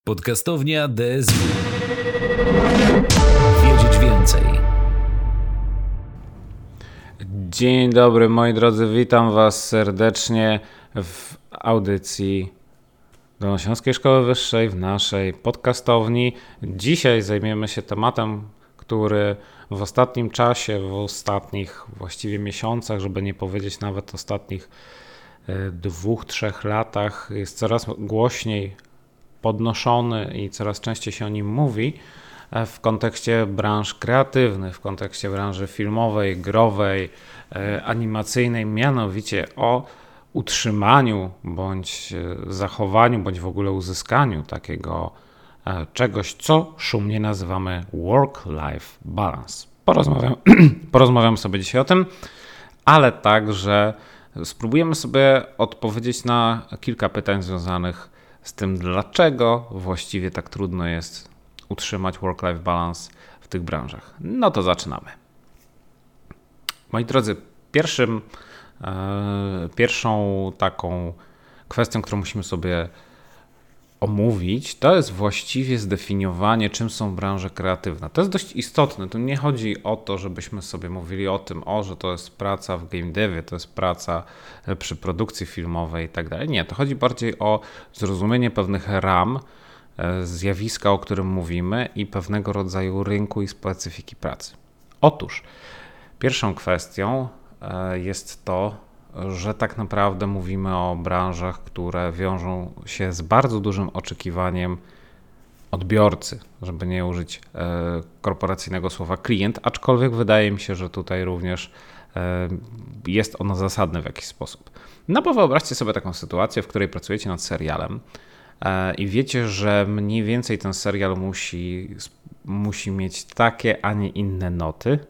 Podcastownia DSW. Wiedzieć więcej. Dzień dobry moi drodzy, witam Was serdecznie w audycji Dolnośląskiej Szkoły Wyższej w naszej podcastowni. Dzisiaj zajmiemy się tematem, który w ostatnim czasie, w ostatnich właściwie miesiącach, żeby nie powiedzieć nawet ostatnich 2-3 latach jest coraz głośniej podnoszony i coraz częściej się o nim mówi w kontekście branż kreatywnych, w kontekście branży filmowej, growej, animacyjnej, mianowicie o utrzymaniu bądź zachowaniu, bądź w ogóle uzyskaniu takiego czegoś, co szumnie nazywamy work-life balance. Porozmawiamy sobie dzisiaj o tym, ale także spróbujemy sobie odpowiedzieć na kilka pytań związanych z tym, dlaczego właściwie tak trudno jest utrzymać work-life balance w tych branżach. No to zaczynamy. Moi drodzy, pierwszą taką kwestią, którą musimy sobie omówić, to jest właściwie zdefiniowanie, czym są branże kreatywne. To jest dość istotne. Tu nie chodzi o to, żebyśmy sobie mówili o tym, że to jest praca w game devie, to jest praca przy produkcji filmowej i tak dalej. Nie, to chodzi bardziej o zrozumienie pewnych ram, zjawiska, o którym mówimy i pewnego rodzaju rynku i specyfiki pracy. Otóż pierwszą kwestią jest to, że tak naprawdę mówimy o branżach, które wiążą się z bardzo dużym oczekiwaniem odbiorcy, żeby nie użyć korporacyjnego słowa klient, aczkolwiek wydaje mi się, że tutaj również jest ono zasadne w jakiś sposób. No bo wyobraźcie sobie taką sytuację, w której pracujecie nad serialem i wiecie, że mniej więcej ten serial musi mieć takie, a nie inne noty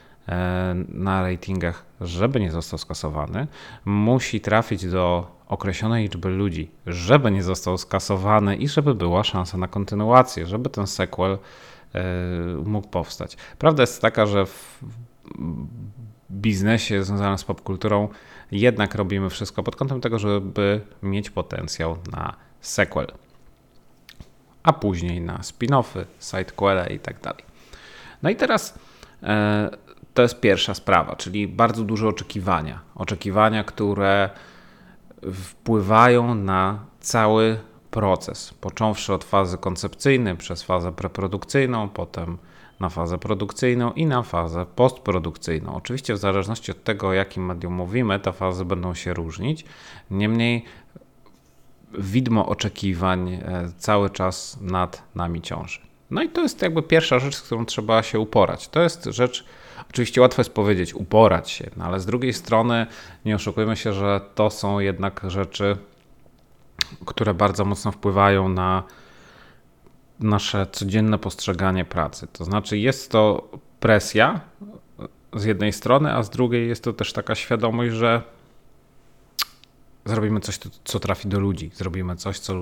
na ratingach, żeby nie został skasowany, musi trafić do określonej liczby ludzi, żeby nie został skasowany i żeby była szansa na kontynuację, żeby ten sequel mógł powstać. Prawda jest taka, że w biznesie związanym z popkulturą jednak robimy wszystko pod kątem tego, żeby mieć potencjał na sequel, a później na spin-offy, sidequele i tak dalej. No i teraz to jest pierwsza sprawa, czyli bardzo duże oczekiwania. Oczekiwania, które wpływają na cały proces, począwszy od fazy koncepcyjnej, przez fazę preprodukcyjną, potem na fazę produkcyjną i na fazę postprodukcyjną. Oczywiście w zależności od tego, o jakim medium mówimy, te fazy będą się różnić. Niemniej widmo oczekiwań cały czas nad nami ciąży. No i to jest jakby pierwsza rzecz, z którą trzeba się uporać. To jest rzecz, oczywiście łatwo jest powiedzieć, uporać się, no ale z drugiej strony nie oszukujmy się, że to są jednak rzeczy, które bardzo mocno wpływają na nasze codzienne postrzeganie pracy. To znaczy jest to presja z jednej strony, a z drugiej jest to też taka świadomość, że zrobimy coś, co trafi do ludzi. Zrobimy coś, co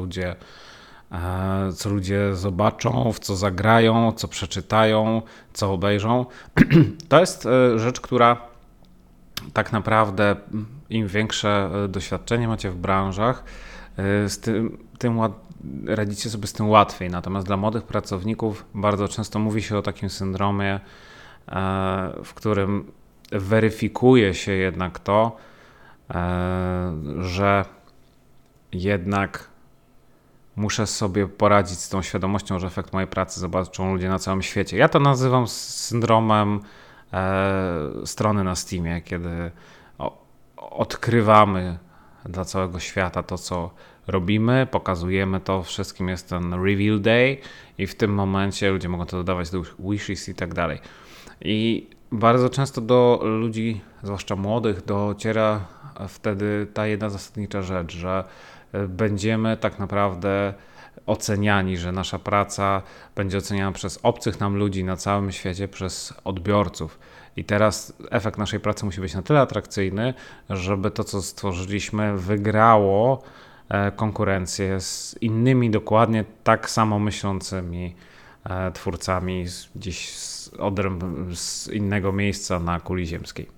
ludzie zobaczą, w co zagrają, co przeczytają, co obejrzą. To jest rzecz, która tak naprawdę im większe doświadczenie macie w branżach, tym radzicie sobie z tym łatwiej. Natomiast dla młodych pracowników bardzo często mówi się o takim syndromie, w którym weryfikuje się jednak to, że jednak muszę sobie poradzić z tą świadomością, że efekt mojej pracy zobaczą ludzie na całym świecie. Ja to nazywam syndromem strony na Steamie, kiedy odkrywamy dla całego świata to, co robimy, pokazujemy to, wszystkim jest ten reveal day i w tym momencie ludzie mogą to dodawać do wishlist i tak dalej. I bardzo często do ludzi, zwłaszcza młodych, dociera wtedy ta jedna zasadnicza rzecz, że będziemy tak naprawdę oceniani, że nasza praca będzie oceniana przez obcych nam ludzi na całym świecie, przez odbiorców. I teraz efekt naszej pracy musi być na tyle atrakcyjny, żeby to, co stworzyliśmy, wygrało konkurencję z innymi dokładnie tak samo myślącymi twórcami gdzieś z innego miejsca na kuli ziemskiej.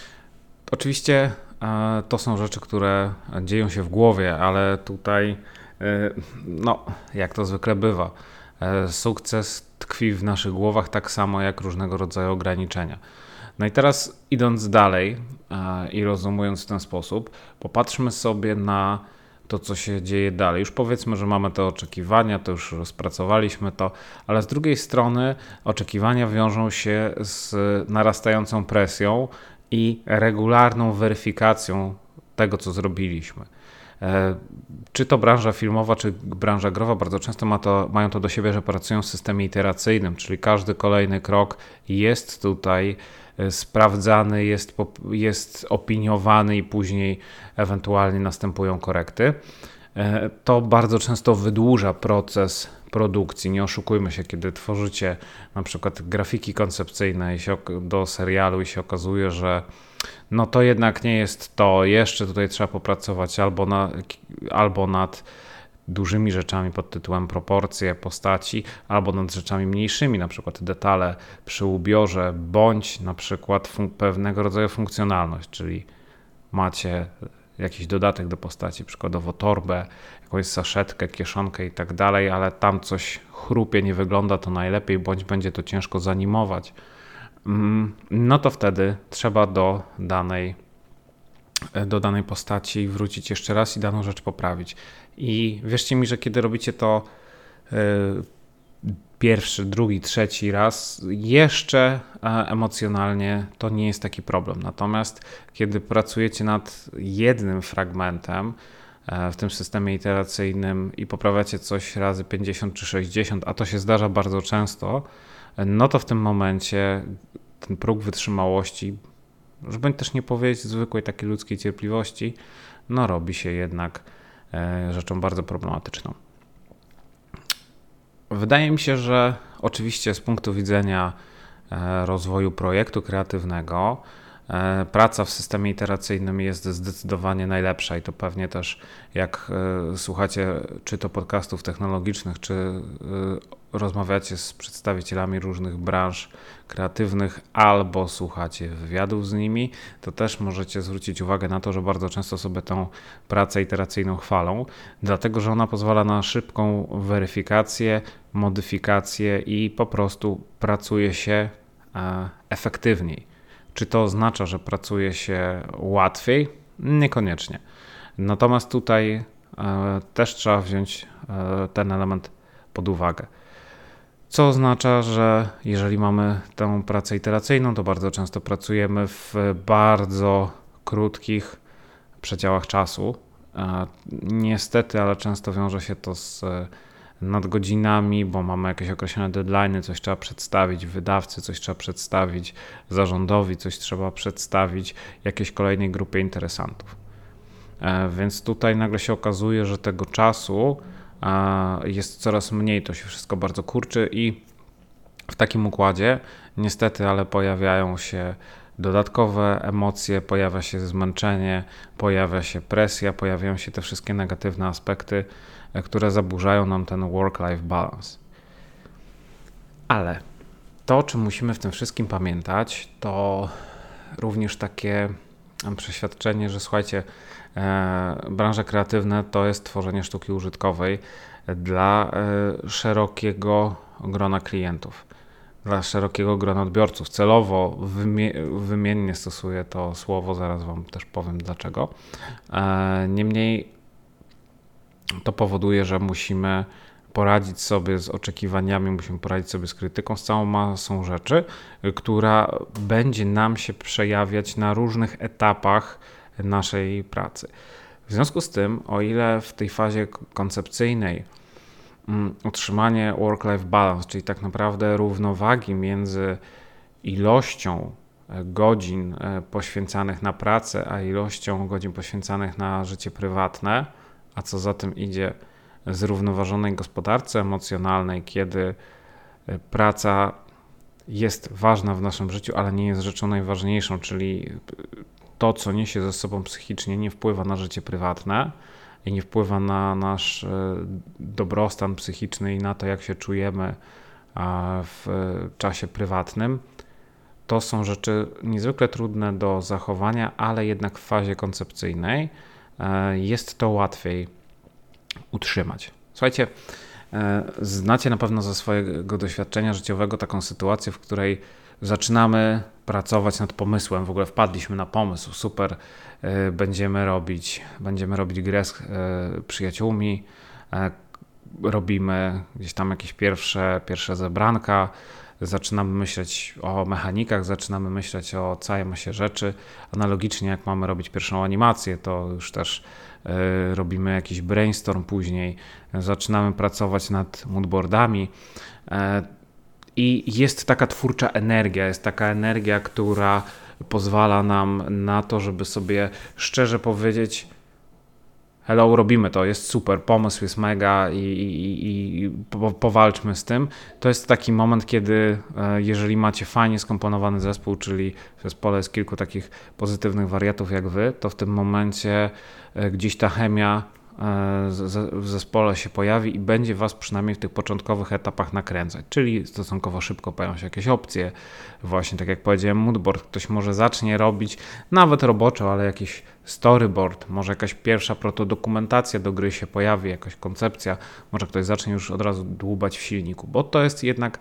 Oczywiście to są rzeczy, które dzieją się w głowie, ale tutaj No, jak to zwykle bywa, sukces tkwi w naszych głowach tak samo jak różnego rodzaju ograniczenia. No i teraz idąc dalej i rozumując w ten sposób, popatrzmy sobie na to, co się dzieje dalej. Już powiedzmy, że mamy te oczekiwania, to już rozpracowaliśmy to, ale z drugiej strony oczekiwania wiążą się z narastającą presją i regularną weryfikacją tego, co zrobiliśmy. Czy to branża filmowa, czy branża growa bardzo często mają to do siebie, że pracują w systemie iteracyjnym, czyli każdy kolejny krok jest tutaj sprawdzany, jest opiniowany i później ewentualnie następują korekty. To bardzo często wydłuża proces produkcji. Nie oszukujmy się, kiedy tworzycie na przykład grafiki koncepcyjne do serialu i się okazuje, że no to jednak nie jest to, jeszcze tutaj trzeba popracować albo nad dużymi rzeczami pod tytułem proporcje postaci, albo nad rzeczami mniejszymi, na przykład detale przy ubiorze, bądź na przykład pewnego rodzaju funkcjonalność, czyli macie jakiś dodatek do postaci, przykładowo torbę, jakąś saszetkę, kieszonkę i tak dalej, ale tam coś chrupie, nie wygląda to najlepiej, bądź będzie to ciężko zanimować, no to wtedy trzeba do danej postaci wrócić jeszcze raz i daną rzecz poprawić. I wierzcie mi, że kiedy robicie to pierwszy, drugi, trzeci raz, jeszcze emocjonalnie to nie jest taki problem. Natomiast kiedy pracujecie nad jednym fragmentem w tym systemie iteracyjnym i poprawiacie coś razy 50 czy 60, a to się zdarza bardzo często, no to w tym momencie ten próg wytrzymałości, żeby też nie powiedzieć zwykłej takiej ludzkiej cierpliwości, no robi się jednak rzeczą bardzo problematyczną. Wydaje mi się, że oczywiście z punktu widzenia rozwoju projektu kreatywnego praca w systemie iteracyjnym jest zdecydowanie najlepsza i to pewnie też jak słuchacie czy to podcastów technologicznych, czy rozmawiacie z przedstawicielami różnych branż kreatywnych albo słuchacie wywiadów z nimi, to też możecie zwrócić uwagę na to, że bardzo często sobie tą pracę iteracyjną chwalą, dlatego że ona pozwala na szybką weryfikację, modyfikację i po prostu pracuje się efektywniej. Czy to oznacza, że pracuje się łatwiej? Niekoniecznie. Natomiast tutaj też trzeba wziąć ten element pod uwagę. Co oznacza, że jeżeli mamy tę pracę iteracyjną, to bardzo często pracujemy w bardzo krótkich przedziałach czasu. Niestety, ale często wiąże się to z nadgodzinami, bo mamy jakieś określone deadline'y, coś trzeba przedstawić wydawcy, coś trzeba przedstawić zarządowi, coś trzeba przedstawić jakiejś kolejnej grupie interesantów. Więc tutaj nagle się okazuje, że tego czasu jest coraz mniej, to się wszystko bardzo kurczy i w takim układzie niestety, ale pojawiają się dodatkowe emocje, pojawia się zmęczenie, pojawia się presja, pojawiają się te wszystkie negatywne aspekty, które zaburzają nam ten work-life balance. Ale to, o czym musimy w tym wszystkim pamiętać, to również takie przeświadczenie, że słuchajcie, branże kreatywne to jest tworzenie sztuki użytkowej dla szerokiego grona klientów, dla szerokiego grona odbiorców. Celowo wymiennie stosuję to słowo, zaraz wam też powiem dlaczego. Niemniej to powoduje, że musimy poradzić sobie z oczekiwaniami, musimy poradzić sobie z krytyką, z całą masą rzeczy, która będzie nam się przejawiać na różnych etapach naszej pracy. W związku z tym, o ile w tej fazie koncepcyjnej utrzymanie work-life balance, czyli tak naprawdę równowagi między ilością godzin poświęcanych na pracę, a ilością godzin poświęcanych na życie prywatne, a co za tym idzie zrównoważonej gospodarce emocjonalnej, kiedy praca jest ważna w naszym życiu, ale nie jest rzeczą najważniejszą, czyli to, co niesie ze sobą psychicznie, nie wpływa na życie prywatne i nie wpływa na nasz dobrostan psychiczny i na to, jak się czujemy w czasie prywatnym. To są rzeczy niezwykle trudne do zachowania, ale jednak w fazie koncepcyjnej jest to łatwiej utrzymać. Słuchajcie, znacie na pewno ze swojego doświadczenia życiowego taką sytuację, w której zaczynamy pracować nad pomysłem, w ogóle wpadliśmy na pomysł, super, będziemy robić grę z przyjaciółmi, robimy gdzieś tam jakieś pierwsze zebranka, zaczynamy myśleć o mechanikach, zaczynamy myśleć o całej masie rzeczy. Analogicznie jak mamy robić pierwszą animację, to już też robimy jakiś brainstorm później, zaczynamy pracować nad moodboardami i jest taka twórcza energia, jest taka energia, która pozwala nam na to, żeby sobie szczerze powiedzieć: hello, robimy to, jest super, pomysł jest mega i powalczmy z tym. To jest taki moment, kiedy jeżeli macie fajnie skomponowany zespół, czyli w zespole jest kilku takich pozytywnych wariatów jak wy, to w tym momencie gdzieś ta chemia w zespole się pojawi i będzie was przynajmniej w tych początkowych etapach nakręcać, czyli stosunkowo szybko pojawią się jakieś opcje, właśnie tak jak powiedziałem, moodboard, ktoś może zacznie robić nawet roboczo, ale jakiś storyboard, może jakaś pierwsza protodokumentacja do gry się pojawi, jakaś koncepcja, może ktoś zacznie już od razu dłubać w silniku, bo to jest jednak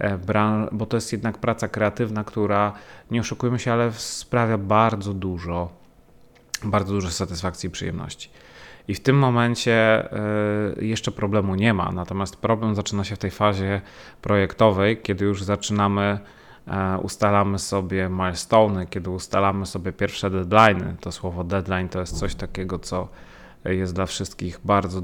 praca kreatywna, która, nie oszukujmy się, ale sprawia bardzo dużo satysfakcji i przyjemności. I w tym momencie jeszcze problemu nie ma, natomiast problem zaczyna się w tej fazie projektowej, kiedy już ustalamy sobie milestone'y, kiedy ustalamy sobie pierwsze deadline'y. To słowo deadline to jest coś takiego, co jest dla wszystkich bardzo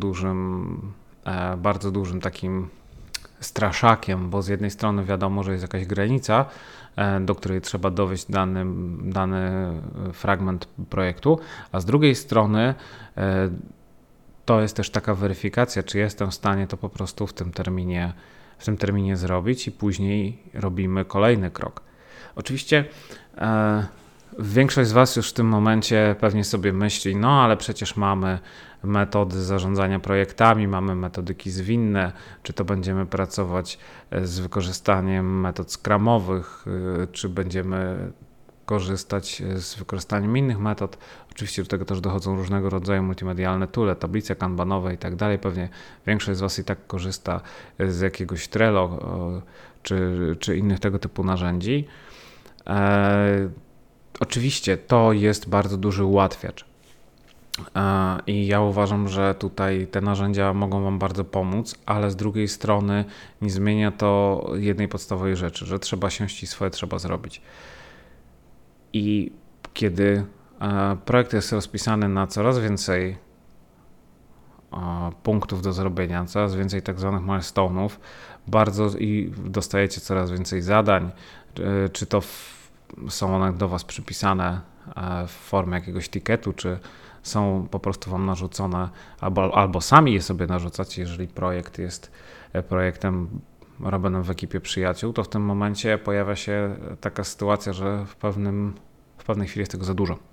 dużym takim straszakiem, bo z jednej strony wiadomo, że jest jakaś granica, do której trzeba dowieść dany fragment projektu, a z drugiej strony to jest też taka weryfikacja, czy jestem w stanie to po prostu w tym terminie zrobić i później robimy kolejny krok. Oczywiście większość z was już w tym momencie pewnie sobie myśli, no ale przecież mamy metody zarządzania projektami, mamy metodyki zwinne, czy to będziemy pracować z wykorzystaniem metod scrumowych, czy będziemy korzystać z wykorzystaniem innych metod. Oczywiście do tego też dochodzą różnego rodzaju multimedialne toole, tablice kanbanowe i tak dalej. Pewnie większość z was i tak korzysta z jakiegoś Trello czy innych tego typu narzędzi. Oczywiście to jest bardzo duży ułatwiacz. I ja uważam, że tutaj te narzędzia mogą wam bardzo pomóc, ale z drugiej strony nie zmienia to jednej podstawowej rzeczy, że trzeba siąść i swoje trzeba zrobić. I kiedy projekt jest rozpisany na coraz więcej punktów do zrobienia, coraz więcej tak zwanych milestone'ów, i dostajecie coraz więcej zadań, czy to są one do was przypisane w formie jakiegoś ticketu, czy są po prostu wam narzucone, albo sami je sobie narzucacie, jeżeli projekt jest projektem robionym w ekipie przyjaciół, to w tym momencie pojawia się taka sytuacja, że w pewnej chwili jest tego za dużo.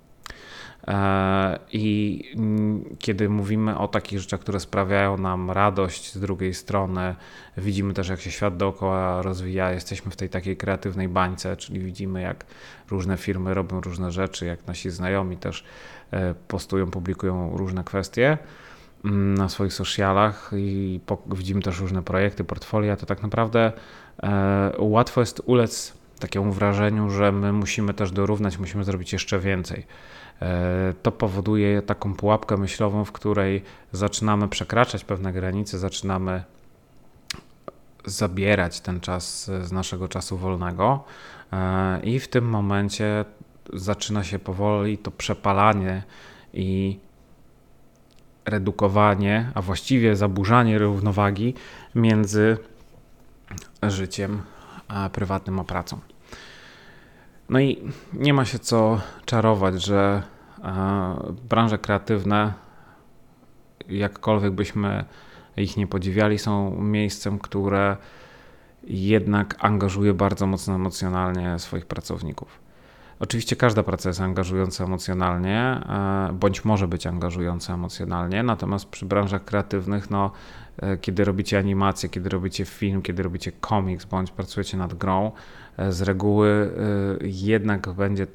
I kiedy mówimy o takich rzeczach, które sprawiają nam radość, z drugiej strony widzimy też, jak się świat dookoła rozwija, jesteśmy w tej takiej kreatywnej bańce, czyli widzimy, jak różne firmy robią różne rzeczy, jak nasi znajomi też postują, publikują różne kwestie na swoich socialach i widzimy też różne projekty, portfolia, to tak naprawdę łatwo jest ulec takiemu wrażeniu, że my musimy też dorównać, musimy zrobić jeszcze więcej. To powoduje taką pułapkę myślową, w której zaczynamy przekraczać pewne granice, zaczynamy zabierać ten czas z naszego czasu wolnego i w tym momencie zaczyna się powoli to przepalanie i redukowanie, a właściwie zaburzanie równowagi między życiem prywatnym a pracą. No i nie ma się co czarować, że branże kreatywne, jakkolwiek byśmy ich nie podziwiali, są miejscem, które jednak angażuje bardzo mocno emocjonalnie swoich pracowników. Oczywiście każda praca jest angażująca emocjonalnie, bądź może być angażująca emocjonalnie, natomiast przy branżach kreatywnych, kiedy robicie animację, kiedy robicie film, kiedy robicie komiks, bądź pracujecie nad grą, z reguły jednak będzie tak,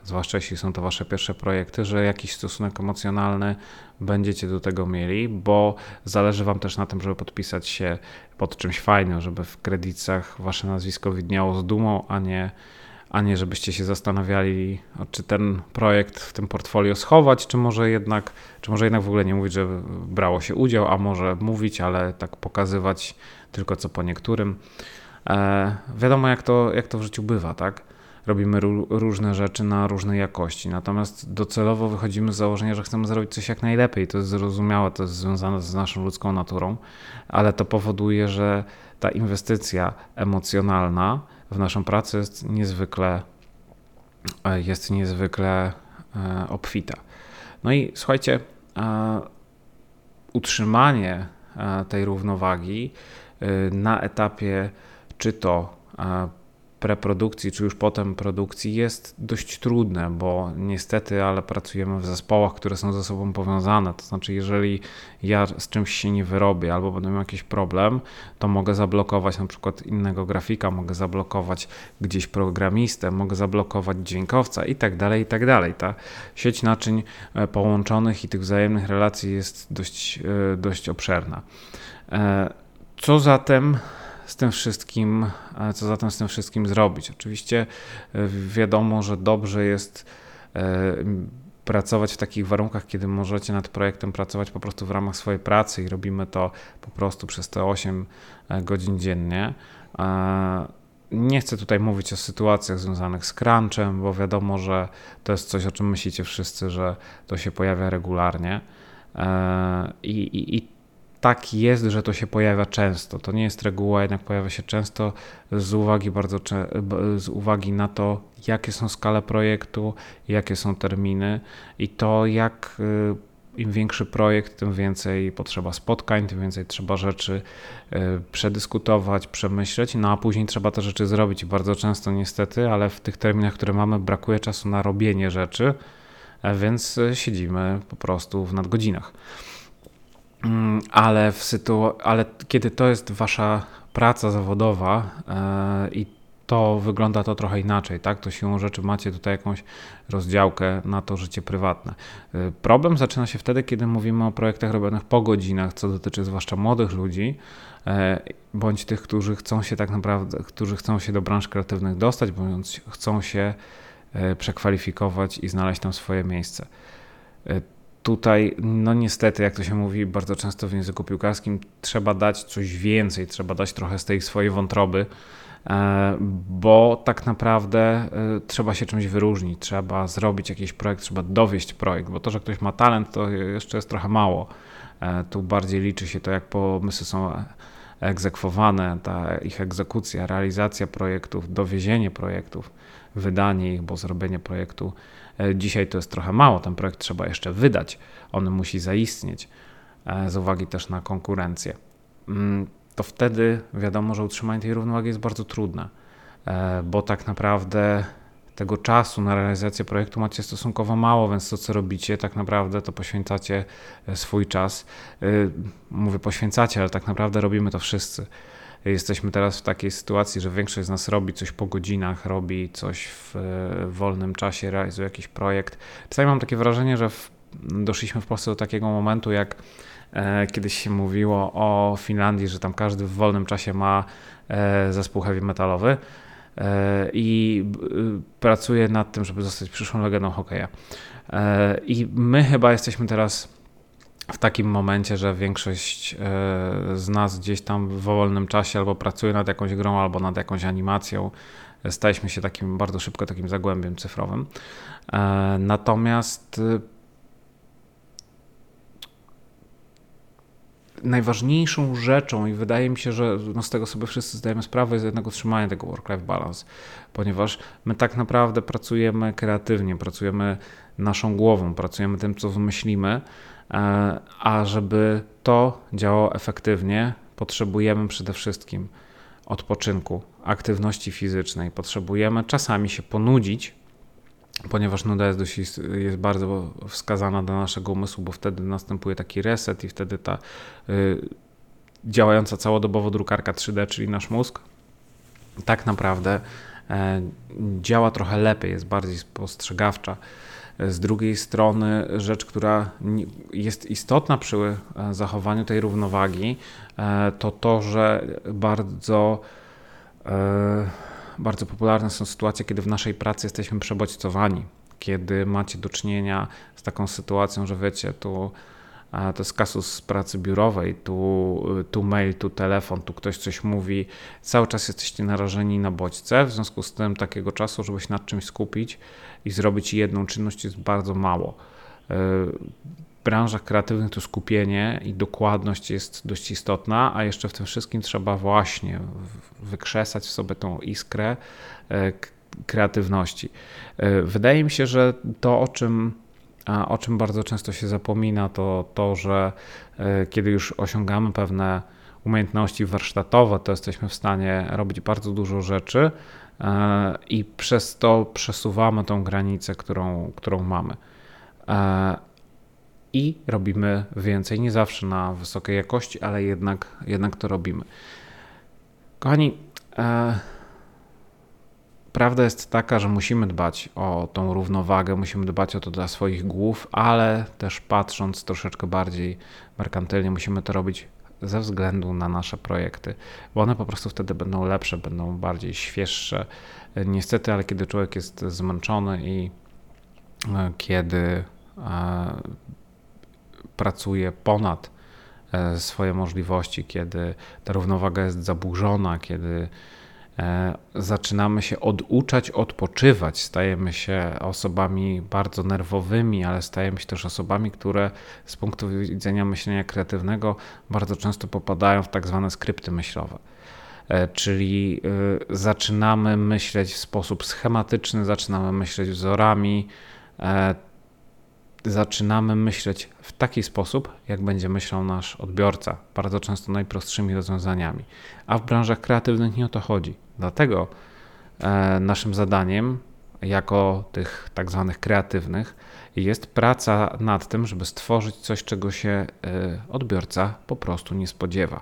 zwłaszcza jeśli są to wasze pierwsze projekty, że jakiś stosunek emocjonalny będziecie do tego mieli, bo zależy wam też na tym, żeby podpisać się pod czymś fajnym, żeby w kredytach wasze nazwisko widniało z dumą, a nie żebyście się zastanawiali, czy ten projekt w tym portfolio schować, czy może jednak w ogóle nie mówić, że brało się udział, a może mówić, ale tak pokazywać tylko co po niektórym. Wiadomo jak to w życiu bywa, tak? Robimy różne rzeczy na różnej jakości, natomiast docelowo wychodzimy z założenia, że chcemy zrobić coś jak najlepiej. To jest zrozumiałe, to jest związane z naszą ludzką naturą, ale to powoduje, że ta inwestycja emocjonalna w naszą pracę jest niezwykle obfita. No i słuchajcie, utrzymanie tej równowagi na etapie czy to preprodukcji, czy już potem produkcji jest dość trudne, bo niestety, ale pracujemy w zespołach, które są ze sobą powiązane. To znaczy, jeżeli ja z czymś się nie wyrobię albo będę miał jakiś problem, to mogę zablokować na przykład innego grafika, mogę zablokować gdzieś programistę, mogę zablokować dźwiękowca i tak dalej, i tak dalej. Ta sieć naczyń połączonych i tych wzajemnych relacji jest dość obszerna. Co zatem z tym wszystkim zrobić? Oczywiście wiadomo, że dobrze jest pracować w takich warunkach, kiedy możecie nad projektem pracować po prostu w ramach swojej pracy i robimy to po prostu przez te 8 godzin dziennie. Nie chcę tutaj mówić o sytuacjach związanych z crunchem, bo wiadomo, że to jest coś, o czym myślicie wszyscy, że to się pojawia regularnie i tak jest, że to się pojawia często. To nie jest reguła, jednak pojawia się często z uwagi na to, jakie są skale projektu, jakie są terminy i to, jak im większy projekt, tym więcej potrzeba spotkań, tym więcej trzeba rzeczy przedyskutować, przemyśleć, no a później trzeba te rzeczy zrobić. I bardzo często niestety, ale w tych terminach, które mamy, brakuje czasu na robienie rzeczy, więc siedzimy po prostu w nadgodzinach. Ale kiedy to jest wasza praca zawodowa i to wygląda to trochę inaczej, tak? To siłą rzeczy macie tutaj jakąś rozdziałkę na to życie prywatne. Problem zaczyna się wtedy, kiedy mówimy o projektach robionych po godzinach, co dotyczy zwłaszcza młodych ludzi, bądź tych, którzy chcą się do branż kreatywnych dostać, bądź chcą się przekwalifikować i znaleźć tam swoje miejsce. Tutaj, no niestety, jak to się mówi bardzo często w języku piłkarskim, trzeba dać coś więcej, trzeba dać trochę z tej swojej wątroby, bo tak naprawdę trzeba się czymś wyróżnić, trzeba zrobić jakiś projekt, trzeba dowieść projekt, bo to, że ktoś ma talent, to jeszcze jest trochę mało. Tu bardziej liczy się to, jak pomysły są egzekwowane, ta ich egzekucja, realizacja projektów, dowiezienie projektów, wydanie ich, bo zrobienie projektu dzisiaj to jest trochę mało, ten projekt trzeba jeszcze wydać, on musi zaistnieć z uwagi też na konkurencję. To wtedy wiadomo, że utrzymanie tej równowagi jest bardzo trudne, bo tak naprawdę tego czasu na realizację projektu macie stosunkowo mało, więc to, co robicie, tak naprawdę to poświęcacie swój czas. Mówię poświęcacie, ale tak naprawdę robimy to wszyscy. Jesteśmy teraz w takiej sytuacji, że większość z nas robi coś po godzinach, robi coś w wolnym czasie, realizuje jakiś projekt. Czasami mam takie wrażenie, że doszliśmy w Polsce do takiego momentu, jak kiedyś się mówiło o Finlandii, że tam każdy w wolnym czasie ma zespół heavy metalowy i pracuje nad tym, żeby zostać przyszłą legendą hokeja. I my chyba jesteśmy teraz w takim momencie, że większość z nas gdzieś tam w wolnym czasie albo pracuje nad jakąś grą, albo nad jakąś animacją. Staliśmy się bardzo szybko takim zagłębiem cyfrowym. Natomiast najważniejszą rzeczą, i wydaje mi się, że z tego sobie wszyscy zdajemy sprawę, jest jednak utrzymanie tego work-life balance, ponieważ my tak naprawdę pracujemy kreatywnie, pracujemy naszą głową, pracujemy tym, co wymyślimy, a żeby to działało efektywnie, potrzebujemy przede wszystkim odpoczynku, aktywności fizycznej, potrzebujemy czasami się ponudzić, ponieważ nuda jest bardzo wskazana dla naszego umysłu, bo wtedy następuje taki reset i wtedy ta działająca całodobowo drukarka 3D, czyli nasz mózg, tak naprawdę działa trochę lepiej, jest bardziej spostrzegawcza. Z drugiej strony rzecz, która jest istotna przy zachowaniu tej równowagi, to to, że bardzo popularne są sytuacje, kiedy w naszej pracy jesteśmy przebodźcowani, kiedy macie do czynienia z taką sytuacją, że wiecie, to jest kasus pracy biurowej, tu mail, tu telefon, tu ktoś coś mówi, cały czas jesteście narażeni na bodźce, w związku z tym takiego czasu, żeby się nad czymś skupić i zrobić jedną czynność jest bardzo mało. W branżach kreatywnych to skupienie i dokładność jest dość istotna, a jeszcze w tym wszystkim trzeba właśnie wykrzesać w sobie tą iskrę kreatywności. Wydaje mi się, że to, o czym bardzo często się zapomina, to, że kiedy już osiągamy pewne umiejętności warsztatowe, to jesteśmy w stanie robić bardzo dużo rzeczy i przez to przesuwamy tą granicę, którą mamy. I robimy więcej, nie zawsze na wysokiej jakości, ale jednak to robimy. Kochani, prawda jest taka, że musimy dbać o tą równowagę, musimy dbać o to dla swoich głów, ale też patrząc troszeczkę bardziej merkantylnie, musimy to robić ze względu na nasze projekty, bo one po prostu wtedy będą lepsze, będą bardziej świeższe. Niestety, ale kiedy człowiek jest zmęczony i kiedy pracuje ponad swoje możliwości, kiedy ta równowaga jest zaburzona, kiedy zaczynamy się oduczać, odpoczywać, stajemy się osobami bardzo nerwowymi, ale stajemy się też osobami, które z punktu widzenia myślenia kreatywnego bardzo często popadają w tak zwane skrypty myślowe. Czyli zaczynamy myśleć w sposób schematyczny, zaczynamy myśleć wzorami, zaczynamy myśleć w taki sposób, jak będzie myślał nasz odbiorca, bardzo często najprostszymi rozwiązaniami. A w branżach kreatywnych nie o to chodzi. Dlatego naszym zadaniem, jako tych tak zwanych kreatywnych, jest praca nad tym, żeby stworzyć coś, czego się odbiorca po prostu nie spodziewa.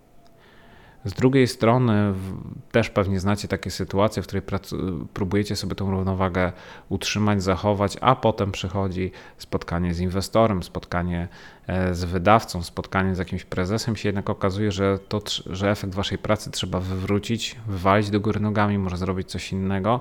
Z drugiej strony też pewnie znacie takie sytuacje, w której próbujecie sobie tą równowagę utrzymać, zachować, a potem przychodzi spotkanie z inwestorem, spotkanie z wydawcą, spotkanie z jakimś prezesem, się jednak okazuje, że efekt waszej pracy trzeba wywrócić, wywalić do góry nogami, może zrobić coś innego.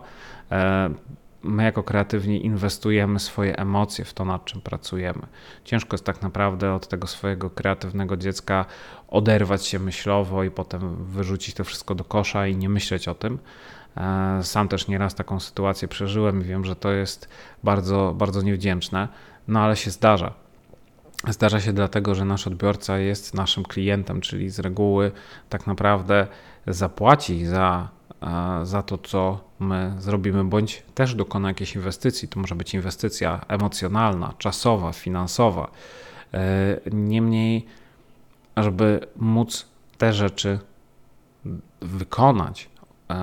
My jako kreatywni inwestujemy swoje emocje w to, nad czym pracujemy. Ciężko jest tak naprawdę od tego swojego kreatywnego dziecka oderwać się myślowo i potem wyrzucić to wszystko do kosza i nie myśleć o tym. Sam też nieraz taką sytuację przeżyłem i wiem, że to jest bardzo, bardzo niewdzięczne, no ale się zdarza. Zdarza się dlatego, że nasz odbiorca jest naszym klientem, czyli z reguły tak naprawdę zapłaci za to, co my zrobimy, bądź też dokona jakiejś inwestycji. To może być inwestycja emocjonalna, czasowa, finansowa. Niemniej, żeby móc te rzeczy wykonać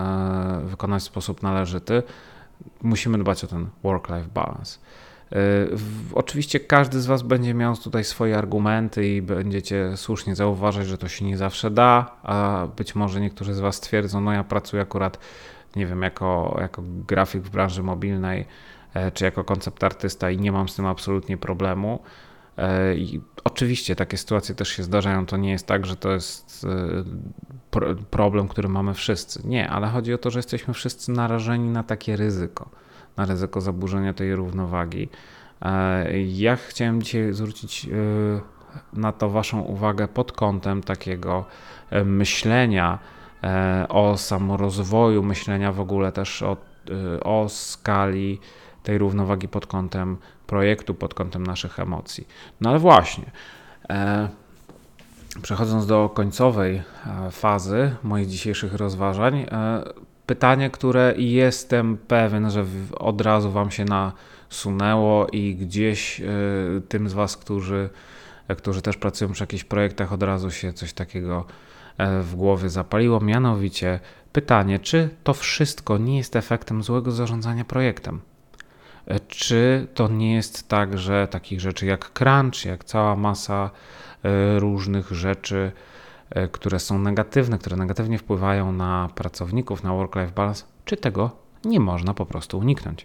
w sposób należyty, musimy dbać o ten work-life balance. Oczywiście każdy z was będzie miał tutaj swoje argumenty i będziecie słusznie zauważać, że to się nie zawsze da, a być może niektórzy z was twierdzą, no ja pracuję akurat, nie wiem, jako grafik w branży mobilnej, czy jako koncept artysta i nie mam z tym absolutnie problemu. I oczywiście takie sytuacje też się zdarzają, to nie jest tak, że to jest problem, który mamy wszyscy. Nie, ale chodzi o to, że jesteśmy wszyscy narażeni na takie ryzyko zaburzenia tej równowagi. Ja chciałem dzisiaj zwrócić na to waszą uwagę pod kątem takiego myślenia o samorozwoju, myślenia w ogóle też o skali tej równowagi pod kątem projektu, pod kątem naszych emocji. No ale właśnie, przechodząc do końcowej fazy moich dzisiejszych rozważań, pytanie, które jestem pewien, że od razu wam się nasunęło i gdzieś tym z was, którzy też pracują przy jakichś projektach, od razu się coś takiego w głowie zapaliło, mianowicie pytanie, czy to wszystko nie jest efektem złego zarządzania projektem? Czy to nie jest tak, że takich rzeczy jak crunch, jak cała masa różnych rzeczy, które są negatywne, które negatywnie wpływają na pracowników, na work-life balance, czy tego nie można po prostu uniknąć.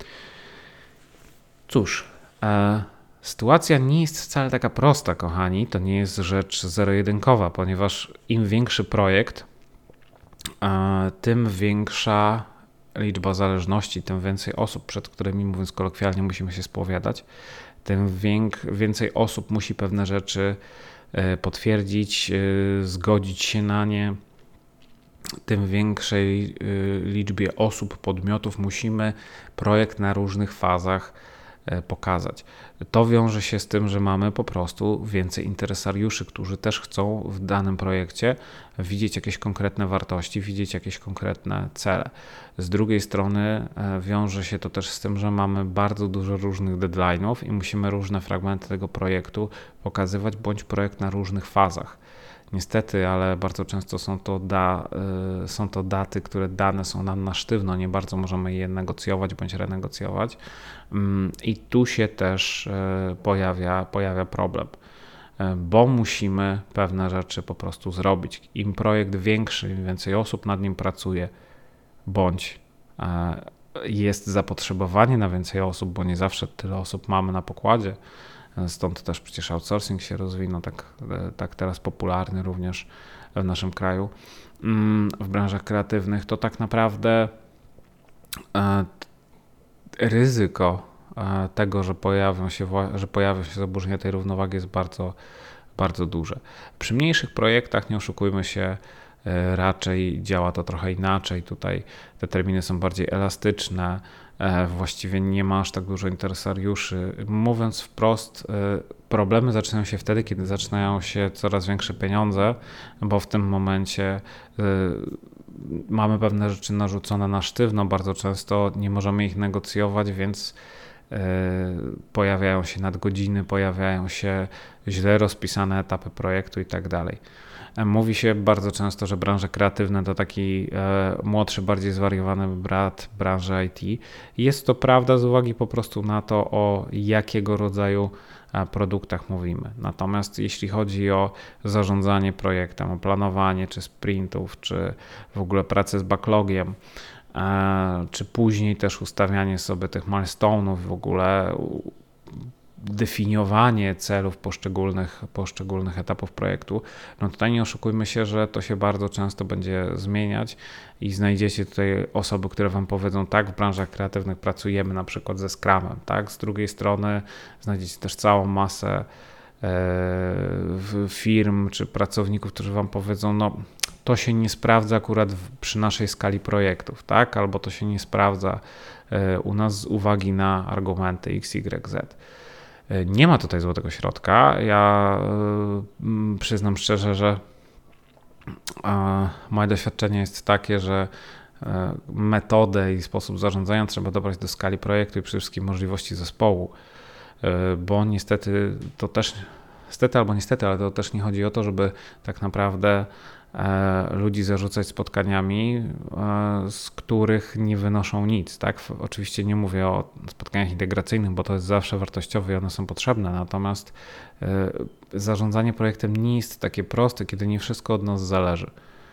Cóż, sytuacja nie jest wcale taka prosta, kochani. To nie jest rzecz zero-jedynkowa, ponieważ im większy projekt, tym większa liczba zależności, tym więcej osób, przed którymi, mówiąc kolokwialnie, musimy się spowiadać, tym więcej osób musi pewne rzeczy potwierdzić, zgodzić się na nie, tym większej liczbie osób, podmiotów musimy projekt na różnych fazach pokazać. To wiąże się z tym, że mamy po prostu więcej interesariuszy, którzy też chcą w danym projekcie widzieć jakieś konkretne wartości, widzieć jakieś konkretne cele. Z drugiej strony wiąże się to też z tym, że mamy bardzo dużo różnych deadline'ów i musimy różne fragmenty tego projektu pokazywać, bądź projekt na różnych fazach. Niestety, ale bardzo często są to daty, które dane są nam na sztywno, nie bardzo możemy je negocjować bądź renegocjować i tu się też pojawia problem, bo musimy pewne rzeczy po prostu zrobić. Im projekt większy, im więcej osób nad nim pracuje, bądź jest zapotrzebowanie na więcej osób, bo nie zawsze tyle osób mamy na pokładzie, stąd też przecież outsourcing się rozwinął, tak teraz popularny również w naszym kraju w branżach kreatywnych, to tak naprawdę ryzyko tego, że pojawią się zaburzenia tej równowagi jest bardzo, bardzo duże. Przy mniejszych projektach, nie oszukujmy się, raczej działa to trochę inaczej. Tutaj te terminy są bardziej elastyczne, właściwie nie ma aż tak dużo interesariuszy. Mówiąc wprost, problemy zaczynają się wtedy, kiedy zaczynają się coraz większe pieniądze, bo w tym momencie mamy pewne rzeczy narzucone na sztywno, bardzo często nie możemy ich negocjować, więc pojawiają się nadgodziny, pojawiają się źle rozpisane etapy projektu i tak dalej. Mówi się bardzo często, że branże kreatywne to taki młodszy, bardziej zwariowany brat branży IT. Jest to prawda z uwagi po prostu na to, o jakiego rodzaju produktach mówimy. Natomiast jeśli chodzi o zarządzanie projektem, o planowanie czy sprintów, czy w ogóle pracę z backlogiem, czy później też ustawianie sobie tych milestone'ów, w ogóle definiowanie celów poszczególnych etapów projektu, no tutaj nie oszukujmy się, że to się bardzo często będzie zmieniać i znajdziecie tutaj osoby, które wam powiedzą, tak, w branżach kreatywnych pracujemy na przykład ze Scrumem, tak, z drugiej strony znajdziecie też całą masę firm czy pracowników, którzy wam powiedzą, no to się nie sprawdza akurat przy naszej skali projektów, tak, albo to się nie sprawdza u nas z uwagi na argumenty X, Y, Z. Nie ma tutaj złotego środka. Ja przyznam szczerze, że moje doświadczenie jest takie, że metodę i sposób zarządzania trzeba dobrać do skali projektu i przede wszystkim możliwości zespołu, bo niestety to też, ale to też nie chodzi o to, żeby tak naprawdę ludzi zarzucać spotkaniami, z których nie wynoszą nic. Tak? Oczywiście nie mówię o spotkaniach integracyjnych, bo to jest zawsze wartościowe i one są potrzebne, natomiast zarządzanie projektem nie jest takie proste, kiedy nie wszystko od nas zależy.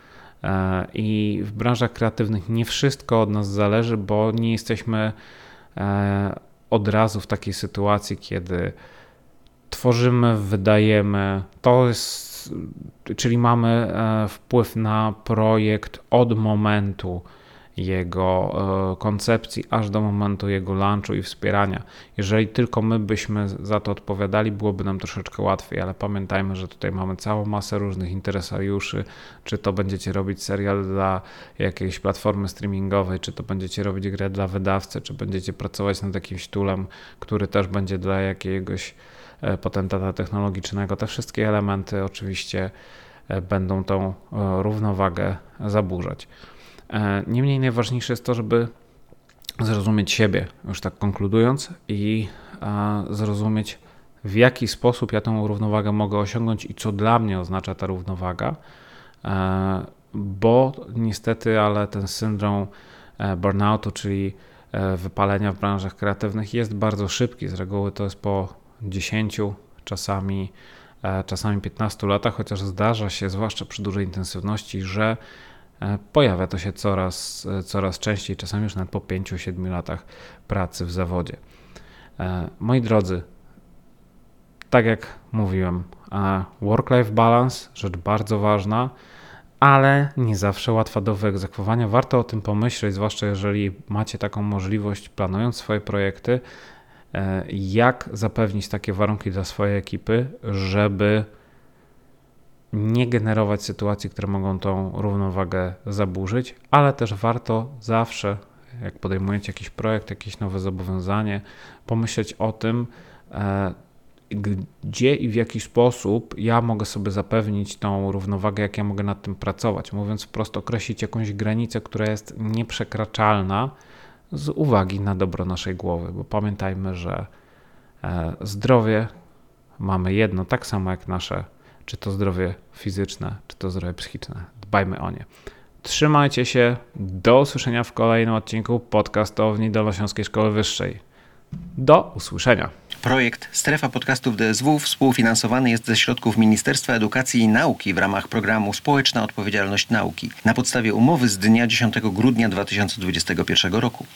I w branżach kreatywnych nie wszystko od nas zależy, bo nie jesteśmy od razu w takiej sytuacji, kiedy tworzymy, wydajemy, czyli mamy wpływ na projekt od momentu jego koncepcji aż do momentu jego launchu i wspierania. Jeżeli tylko my byśmy za to odpowiadali, byłoby nam troszeczkę łatwiej, ale pamiętajmy, że tutaj mamy całą masę różnych interesariuszy, czy to będziecie robić serial dla jakiejś platformy streamingowej, czy to będziecie robić grę dla wydawcy, czy będziecie pracować nad jakimś toolem, który też będzie dla jakiegoś potentata technologicznego. Te wszystkie elementy oczywiście będą tą równowagę zaburzać. Niemniej najważniejsze jest to, żeby zrozumieć siebie, już tak konkludując, i zrozumieć, w jaki sposób ja tą równowagę mogę osiągnąć i co dla mnie oznacza ta równowaga, bo niestety, ale ten syndrom burnoutu, czyli wypalenia w branżach kreatywnych jest bardzo szybki. Z reguły to jest po 10, czasami 15 latach, chociaż zdarza się, zwłaszcza przy dużej intensywności, że pojawia to się coraz częściej, czasami już nawet po 5-7 latach pracy w zawodzie. Moi drodzy, tak jak mówiłem, work-life balance, rzecz bardzo ważna, ale nie zawsze łatwa do wyegzekwowania. Warto o tym pomyśleć, zwłaszcza jeżeli macie taką możliwość, planując swoje projekty, jak zapewnić takie warunki dla swojej ekipy, żeby nie generować sytuacji, które mogą tą równowagę zaburzyć, ale też warto zawsze, jak podejmujecie jakiś projekt, jakieś nowe zobowiązanie, pomyśleć o tym, gdzie i w jaki sposób ja mogę sobie zapewnić tą równowagę, jak ja mogę nad tym pracować. Mówiąc wprost, określić jakąś granicę, która jest nieprzekraczalna z uwagi na dobro naszej głowy, bo pamiętajmy, że zdrowie mamy jedno, tak samo jak nasze, czy to zdrowie fizyczne, czy to zdrowie psychiczne. Dbajmy o nie. Trzymajcie się, do usłyszenia w kolejnym odcinku podcastowni Dolnośląskiej Szkoły Wyższej. Do usłyszenia. Projekt Strefa Podcastów DSW współfinansowany jest ze środków Ministerstwa Edukacji i Nauki w ramach programu Społeczna Odpowiedzialność Nauki na podstawie umowy z dnia 10 grudnia 2021 roku.